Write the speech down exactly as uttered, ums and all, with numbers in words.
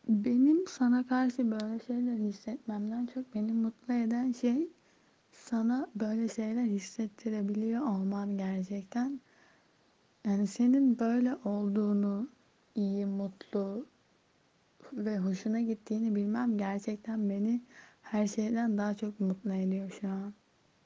Benim sana karşı böyle şeyler hissetmemden çok beni mutlu eden şey sana böyle şeyler hissettirebiliyor olman gerçekten. Yani senin böyle olduğunu, iyi, mutlu ve hoşuna gittiğini bilmem gerçekten beni her şeyden daha çok mutlu ediyor şu an.